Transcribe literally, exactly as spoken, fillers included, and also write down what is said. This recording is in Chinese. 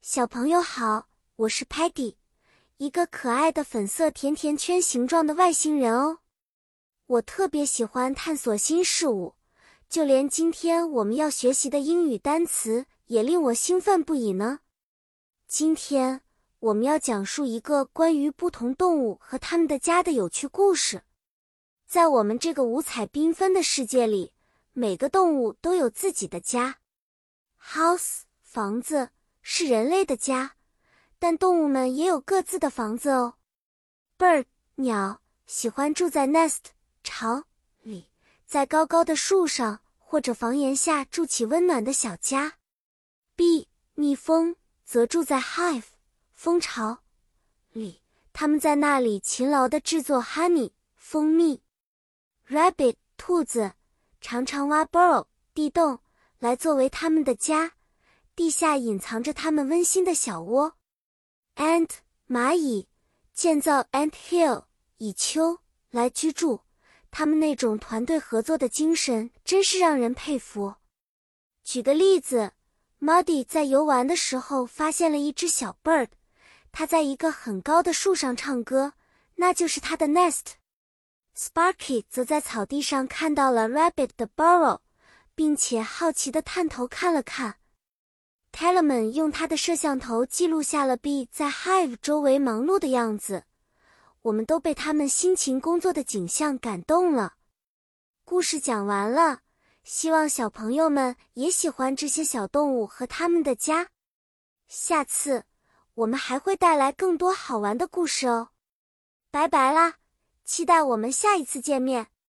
小朋友好，我是 Patty， 一个可爱的粉色甜甜圈形状的外星人哦。我特别喜欢探索新事物，就连今天我们要学习的英语单词也令我兴奋不已呢。今天我们要讲述一个关于不同动物和它们的家的有趣故事。在我们这个五彩缤纷的世界里，每个动物都有自己的家。House 房子是人类的家，但动物们也有各自的房子哦。Bird 鸟喜欢住在 nest 巢里，在高高的树上或者房檐下筑起温暖的小家。Bee 蜜蜂则住在 hive 蜂巢里，它们在那里勤劳地制作 honey 蜂蜜。Rabbit 兔子常常挖 burrow 地洞来作为它们的家，地下隐藏着它们温馨的小窝。Ant 蚂蚁建造 ant hill 蚁丘来居住，它们那种团队合作的精神真是让人佩服。举个例子， Muddy 在游玩的时候发现了一只小 bird， 它在一个很高的树上唱歌，那就是它的 nest。Sparky 则在草地上看到了 rabbit 的 burrow， 并且好奇地探头看了看。Talman 用他的摄像头记录下了 Bee 在 hive 周围忙碌的样子，我们都被他们辛勤工作的景象感动了。故事讲完了，希望小朋友们也喜欢这些小动物和他们的家。下次我们还会带来更多好玩的故事哦。拜拜啦，期待我们下一次见面。